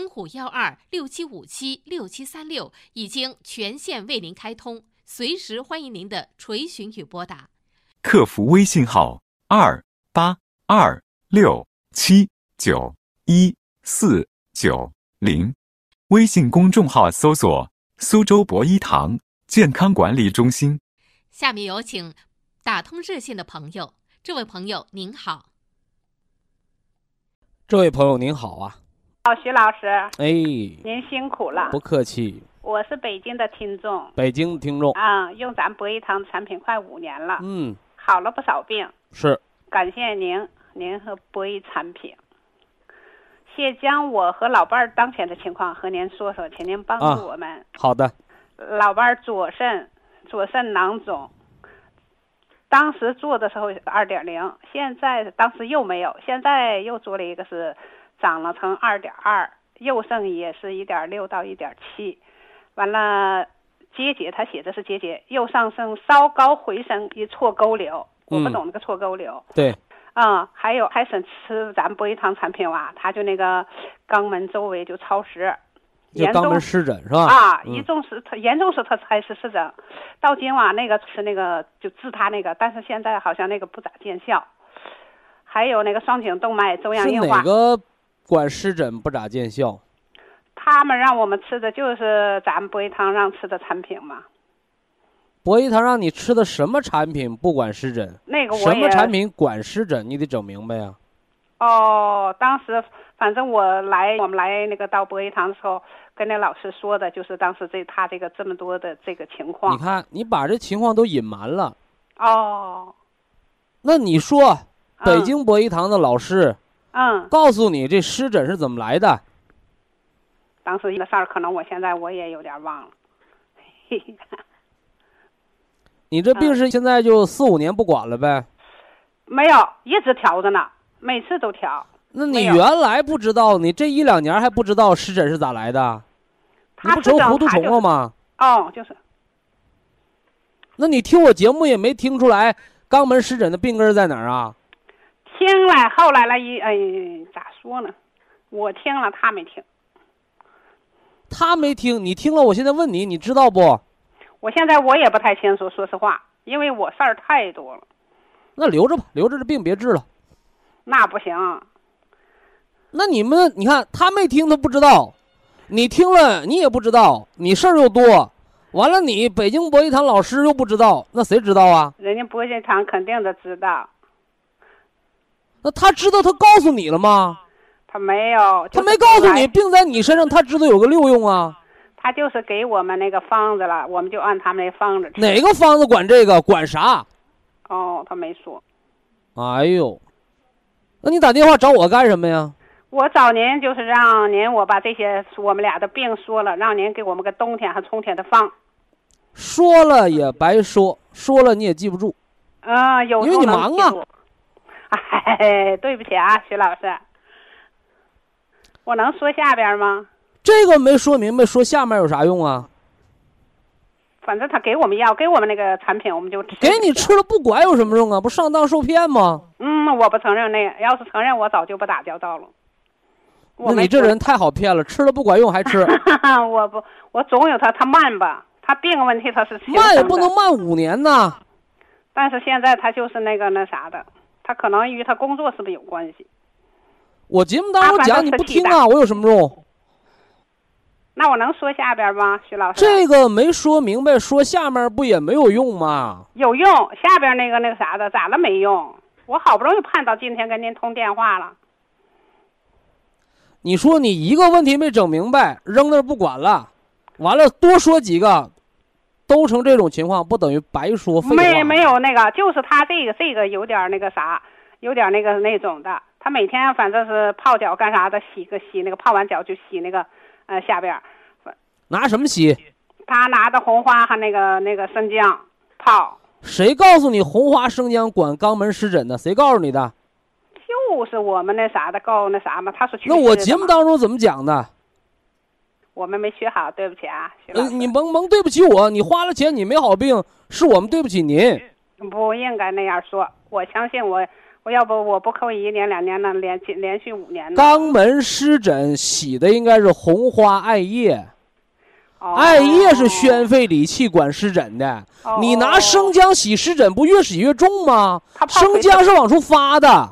051267576736已经全线为您开通，随时欢迎您的垂询与拨打。 客服微信号2826791490，微信公众号搜索苏州博医堂健康管理中心。 下面有请打通热线的朋友，这位朋友您好。 这位朋友您好啊。 好，徐老师。 哎， 您辛苦了。 不客气。 我是北京的听众。 北京的听众。 用咱博医堂产品快5年了。好了不少病。 是。 感谢您和博医产品。现将我和老伴儿当前的情况和您说说，请您帮助我们。 好的。 老伴儿左肾囊肿，当时做的时候是 2.0， 现在当时又没有，现在又做了一个是长了成 2.2， 右肾也是 1.6 到 1.7， 完了结节他写的是结节，右上升稍高回升一错沟瘤，我不懂那个错沟瘤。 对。 还有开始吃咱博医堂产品啊，他就那个肛门周围就潮湿， 就肛门湿疹是吧？ 严重时他才是湿疹，到今晚那个吃那个就治他那个，但是现在好像那个不咋见效。还有那个双颈动脉粥样硬化， 是哪个管湿疹不咋见效？ 他们让我们吃的就是咱博医堂让吃的产品嘛。 博医堂让你吃的什么产品不管湿疹？ 那个我也什么产品管湿疹？你得整明白呀。 当时反正我们来那个到博医堂的时候，跟那老师说的就是当时他这个这么多的这个情况。 你看，你把这情况都隐瞒了。那你说，北京博医堂的老师，告诉你这湿疹是怎么来的？ 当时的事儿，可能我现在也有点忘了。 你这病是现在就4、5年不管了呗？ 没有，一直调着呢，每次都调。 那你原来不知道，你这1、2年还不知道湿疹是咋来的？你不成糊涂虫了吗？ 就是。 那你听我节目也没听出来肛门湿疹的病根在哪儿啊？ 听了，后来了咋说呢？我听了，他没听。 他没听，你听了，我现在问你，你知道不？ 我现在也不太清楚，说实话，因为我事儿太多了。 那留着吧，留着这病别治了。 那不行。 那你看他没听，他不知道；你听了，你也不知道。你事儿又多， 完了你北京博医堂老师又不知道，那谁知道啊？ 人家博医堂肯定的知道。 那他知道他告诉你了吗？ 他没有， 他没告诉你，病在你身上，他知道有个六用啊。 他就是给我们那个方子了，我们就按他们那方子吃。 哪个方子管这个？管啥？ 哦，他没说。 哎呦，那你打电话找我干什么呀？ 我找您就是让您我把这些我们俩的病说了，让您给我们个冬天和春天的方。 说了也白说，说了你也记不住。 有时候因为你忙啊。 哎，对不起啊，徐老师。我能说下边吗？ 这个没说明白，说下面有啥用啊？ 反正他给我们药，给我们那个产品，我们就吃。 给你吃了不管有什么用啊？不上当受骗吗？ 我不承认那个，要是承认，我早就不打交道了。 那你这人太好骗了，吃了不管用还吃。 我不，我总有他慢吧，他病问题他是慢也不能慢5年呐。 但是现在他就是那啥的，他可能与他工作是不是有关系？ 我节目当中讲你不听啊，我有什么用？ 那我能说下边吗，徐老师？ 这个没说明白，说下面不也没有用吗？ 有用，下边那个啥的咋了没用？我好不容易盼到今天跟您通电话了。 你说你一个问题没整明白，扔那不管了，完了多说几个，都成这种情况，不等于白说废话？ 没有那个，就是他这个有点那个啥，有点那种的。他每天反正是泡脚干啥的，洗那个泡完脚就洗那个下边。 拿什么洗？ 他拿的红花和那个生姜泡。 谁告诉你红花生姜管肛门湿疹的？谁告诉你的？ 就是我们那啥的告那啥嘛，他是去。 那我节目当中怎么讲的？ 我们没学好，对不起啊，徐老师。 你甭对不起我，你花了钱你没好病，是我们对不起您。 不应该那样说，我相信我要不我不扣1年2年呢，连续5年呢。 肛门湿疹洗的应该是红花艾叶。艾叶是宣肺理气管湿疹的，你拿生姜洗湿疹不越洗越重吗？生姜是往出发的。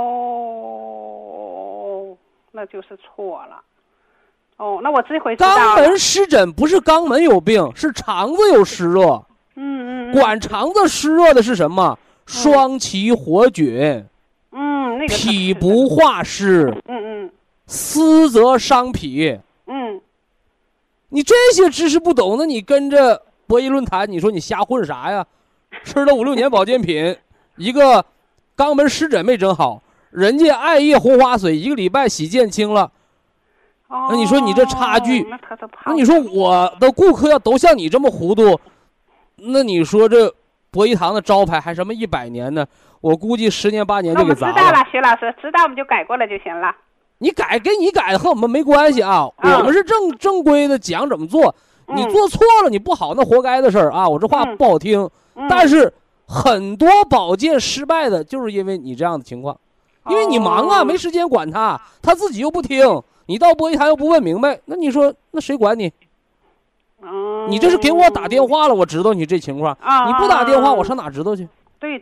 那就是错了。那我这回知道了。 肛门湿疹不是肛门有病，是肠子有湿热。管肠子湿热的是什么？双歧活菌。 那个脾不化湿。湿则伤脾。你这些知识不懂，那你跟着博弈论坛，你说你瞎混啥呀？吃了5、6年保健品，一个肛门湿疹没整好，人家艾叶红花水1个礼拜洗见清了。那你说你这差距，那你说我的顾客要都像你这么糊涂，那你说这博弈堂的招牌还什么100年呢？我估计10年8年就给砸了。 我知道了，徐老师，知道我们就改过来就行了。 你改跟你改和我们没关系啊，我们是正规的讲怎么做，你做错了你不好那活该的事儿啊，我这话不好听，但是很多保健失败的就是因为你这样的情况，因为你忙啊，没时间管他自己又不听，你到博弈堂又不问明白，那你说那谁管你？你这是给我打电话了，我知道你这情况，你不打电话我上哪知道去？ 对，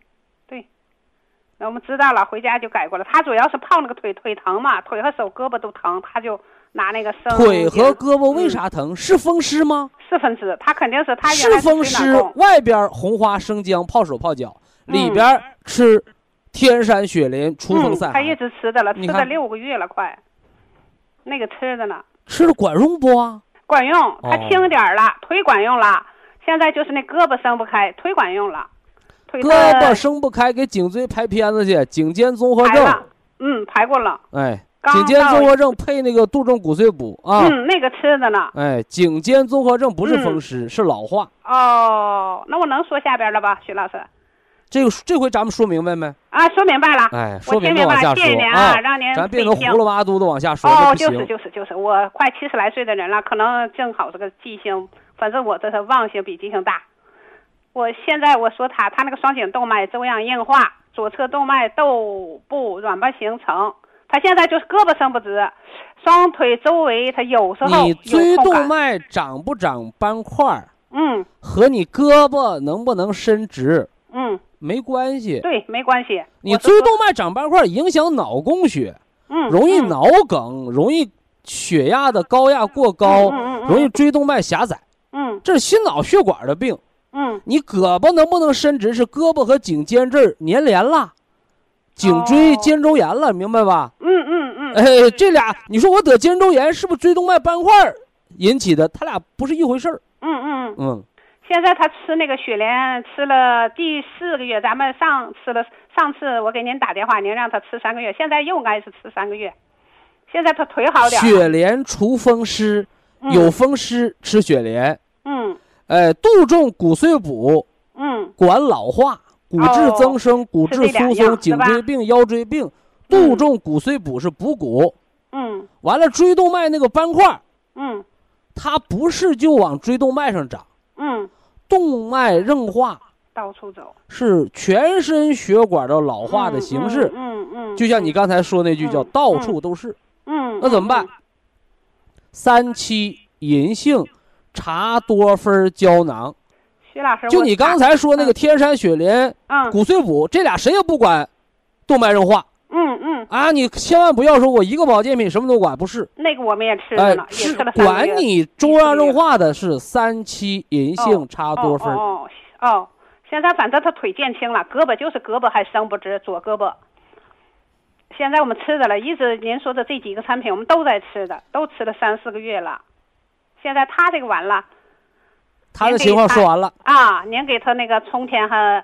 那我们知道了，回家就改过了。他主要是泡那个腿疼嘛，腿和手胳膊都疼，他就拿那个生。 腿和胳膊为啥疼？是风湿吗？ 是风湿，他肯定是他是风湿。外边红花生姜泡手泡脚，里边吃天山雪莲除风散寒。 他一直吃的了，吃了6个月了，快。那个吃的呢？ 吃的管用不啊？ 管用，他轻点了，腿管用了。现在就是那胳膊伸不开，腿管用了。 胳膊伸不开，给颈椎拍片子去，颈肩综合症。 排过了。 颈肩综合症配那个杜仲骨碎补啊。 那个吃的呢。 颈肩综合症不是风湿，是老化。 那我能说下边了吧，徐老师？ 这回咱们说明白没？ 说明白了。 说明白往下说让您咱变成葫芦娃嘟的往下说。 就是，我快70来岁的人了，可能正好这个记性，反正我这是忘性比记性大。我现在我说他那个双颈动脉粥样硬化，左侧动脉窦部软瓣形成，他现在就是胳膊伸不直，双腿周围他有时候你椎动脉长不长斑块？和你胳膊能不能伸直？没关系。 对，没关系。 你椎动脉长斑块影响脑供血，容易脑梗，容易血压的高压过高，容易椎动脉狭窄。 这是心脑血管的病。你胳膊能不能伸直？是胳膊和颈肩这儿粘连了，颈椎肩周炎了，明白吧？这俩，你说我得肩周炎是不是椎动脉斑块引起的？他俩不是一回事儿。 现在他吃那个雪莲吃了第4个月，咱们上次我给您打电话，您让他吃3个月，现在又该是吃3个月。现在他腿好点。 雪莲除风湿，有风湿吃雪莲。杜仲骨髓补，管老化、骨质增生、骨质疏松、颈椎病、腰椎病。杜仲骨髓补是补骨。完了椎动脉那个斑块，它不是就往椎动脉上长。动脉硬化到处走， 是全身血管的老化的形式。就像你刚才说那句叫到处都是。那怎么办？3期银杏茶多酚胶囊。 徐老师， 就你刚才说那个天山雪莲、骨髓补，这俩谁也不管动脉硬化。你千万不要说我一个保健品什么都管，不是。 那个我们也吃了，也吃了3个月。 管你中央硬化的是3期银杏茶多酚。 现在反正他腿减轻了，胳膊就是胳膊还伸不直，左胳膊。现在我们吃的了，一直您说的这几个产品我们都在吃的，都吃了3、4个月了。现在他这个完了， 他的情况说完了您给他那个冬天和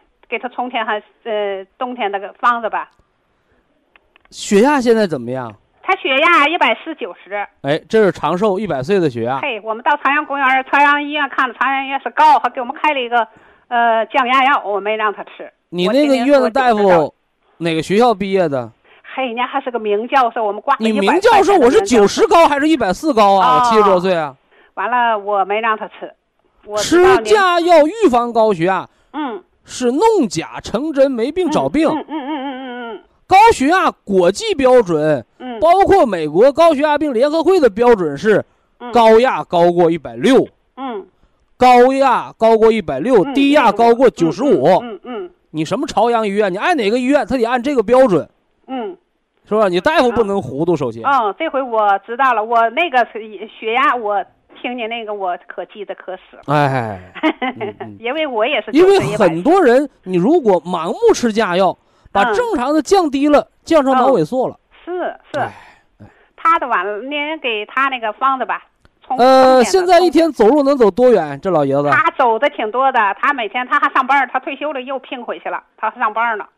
冬天那个方子吧。 血压现在怎么样？ 他血压140/90。 这是长寿100岁的血压。 我们到朝阳公园、朝阳医院看了，朝阳医院是高，还给我们开了一个降压药，我没让他吃。 你那个医院的大夫哪个学校毕业的？ 人家还是个名教授，我们挂。 你名教授，我是90高还是140高啊？我70多岁啊。 完了，我没让他吃。 吃降压药预防高血压，是弄假成真，没病找病。高血压国际标准，包括美国高血压病联合会的标准是高压高过160，高压高过160，低压高过95。你什么朝阳医院，你按哪个医院，他得按这个标准。是吧？你大夫不能糊涂，首先。 这回我知道了，我那个血压，我听见那个我可记得可死了。因为我也是。 因为很多人，你如果盲目吃降压药，把正常的降低了，降成脑萎缩了。 是。他的完了，您给他那个方子吧。 现在一天走路能走多远？这老爷子。 他走的挺多的，他每天他还上班，他退休了又拼回去了，他上班呢。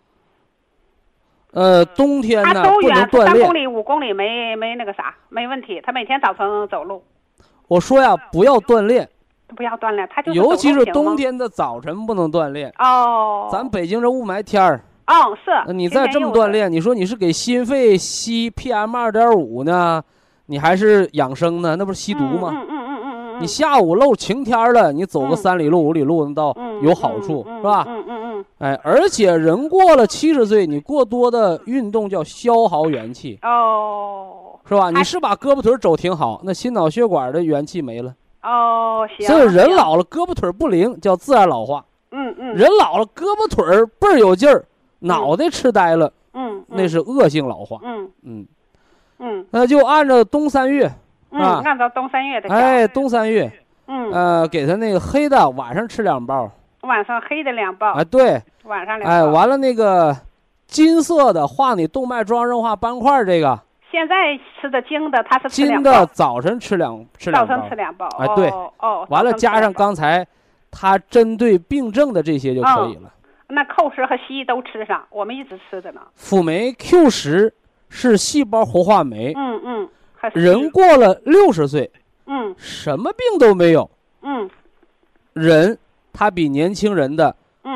冬天呢不能锻炼， 3公里、5公里没那个啥，没问题。他每天早晨走路。 我说呀，不要锻炼， 他就是尤其是冬天的早晨不能锻炼。咱北京这雾霾天儿。 是。 你再这么锻炼，你说你是给心肺吸 PM2.5 呢，你还是养生呢？那不是吸毒吗？你下午露晴天了，你走个3里路、5里路，那倒有好处，是吧？而且人过了70岁，你过多的运动叫消耗元气，是吧？你是把胳膊腿走挺好，那心脑血管的元气没了。所以人老了胳膊腿不灵，叫自然老化。人老了胳膊腿倍儿有劲儿，脑袋痴呆了，那是恶性老化。那就按照冬3月。 按照冬3月的。 冬3月。给他那个黑的晚上吃2包。 晚上黑的2包。 对。 晚上2包。 完了那个金色的化你动脉中央硬化斑块这个。 现在吃的金的，他是吃2包。 金的早晨吃2包。 早晨吃2包。 对。完了加上刚才他针对病症的这些就可以了。 那扣10和硒都吃上，我们一直吃着呢。 辅酶 Q10是细胞活化酶。人过了60岁，什么病都没有。人他比年轻人的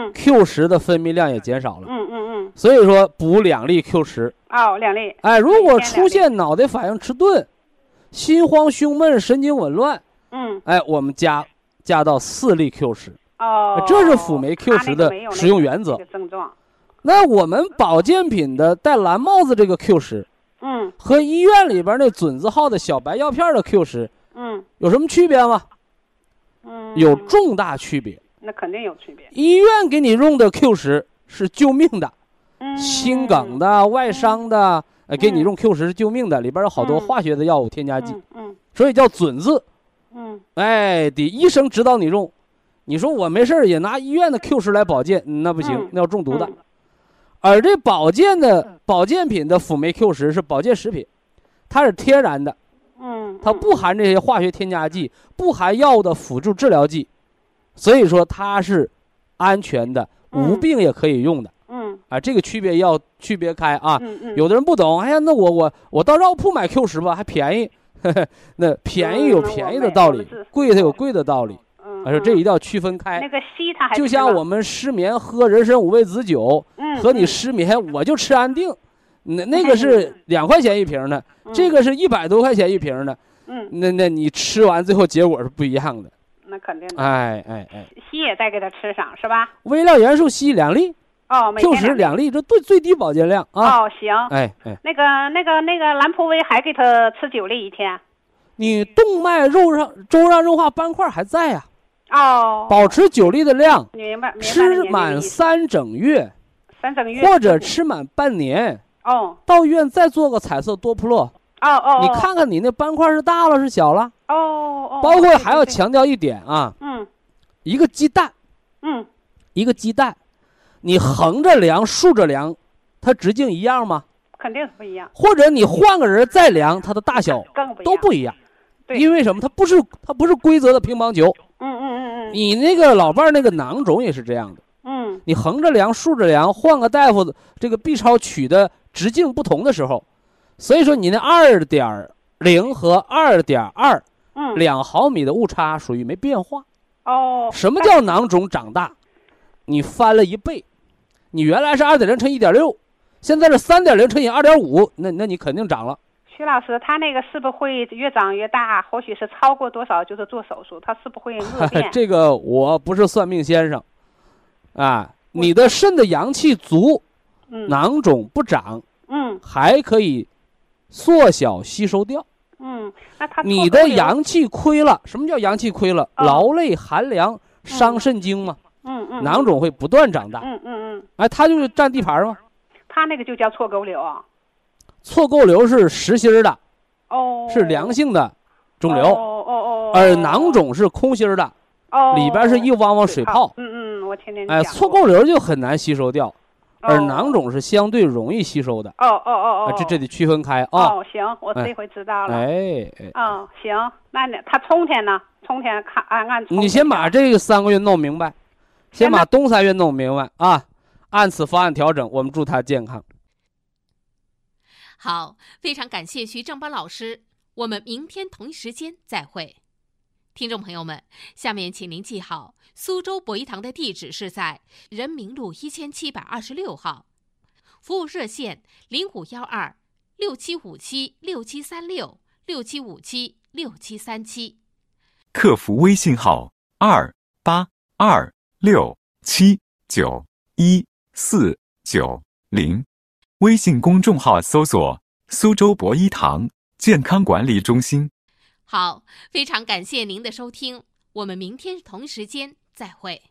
Q10的分泌量也减少了。所以说补2粒 Q10。 2粒。 如果出现脑袋反应迟钝、心慌胸闷、神经紊乱，我们加到4粒 Q10。这是辅酶 Q10的使用原则。那我们保健品的戴蓝帽子这个 Q10。和医院里边那准字号的小白药片的 Q10，有什么区别吗？有重大区别。 那肯定有区别。 医院给你用的 Q10是救命的，心梗的、外伤的，给你用 Q10是救命的，里边有好多化学的药物添加剂，所以叫准字。 得医生指导你用。你说我没事也拿医院的 Q10来保健，那不行，那要中毒的。而这保健品的辅酶 Q10是保健食品，它是天然的，它不含这些化学添加剂，不含药物的辅助治疗剂，所以说它是安全的，无病也可以用的。这个区别要区别开啊。有的人不懂，哎呀，那我到药铺买 Q10吧，还便宜。那便宜有便宜的道理，贵它有贵的道理。这一定要区分开。 那个硒它还就像我们失眠喝人参五味子酒，和你失眠我就吃安定，那个是2块钱一瓶的，这个是100多块钱一瓶的。那你吃完最后结果是不一样的。 那肯定的。 硒也再给它吃上是吧？ 微量元素硒2粒。 每天 Q10 2粒，这最低保健量啊。 行。那个兰普威还给他吃9粒一天。 你动脉粥样硬化斑块还在呀。保持9粒的量。 明白。 吃满3整月。3整月。或者吃满半年。到医院再做个彩色多普勒。你看看你那斑块是大了是小了。包括还要强调一点啊。一个鸡蛋。一个鸡蛋。你横着量竖着量，它直径一样吗？ 肯定是不一样。 或者你换个人再量，它的大小都不一样。因为什么？它不是规则的乒乓球。你那个老伴儿那个囊肿也是这样的。你横着量竖着量，换个大夫这个 B 超取的直径不同的时候，所以说你那2.0和2.2，2毫米的误差属于没变化。什么叫囊肿长大？你翻了1倍。你原来是2.0乘1.6，现在是3.0乘以2.5，那你肯定长了。 徐老师，他那个是不是会越长越大？或许是超过多少就是做手术，他是不是会恶变？ 这个我不是算命先生，你的肾的阳气足，囊肿不长，还可以缩小吸收掉。 那他你的阳气亏了，什么叫阳气亏了？劳累寒凉伤肾经嘛。囊肿会不断长大。它就是占地盘嘛。 它那个就叫错沟瘤啊。 错沟瘤是实心的，是良性的肿瘤。而囊肿是空心的，里边是一汪汪水泡。 我听听你讲。 错沟瘤就很难吸收掉，而囊肿是相对容易吸收的。这得区分开啊。 行，我这回知道了。行，那他冬天呢？冬天看按你先把这个3个月弄明白。先把冬3月弄明白啊，按此方案调整，我们祝他健康。 好，非常感谢徐正邦老师，我们明天同一时间再会。听众朋友们，下面请您记好，苏州博医堂的地址是在人民路1726号，服务热线05126757673667576737， 客服微信号282679149，微信公众号搜索苏州博医堂健康管理中心。 好，非常感谢您的收听，我们明天同一时间再会。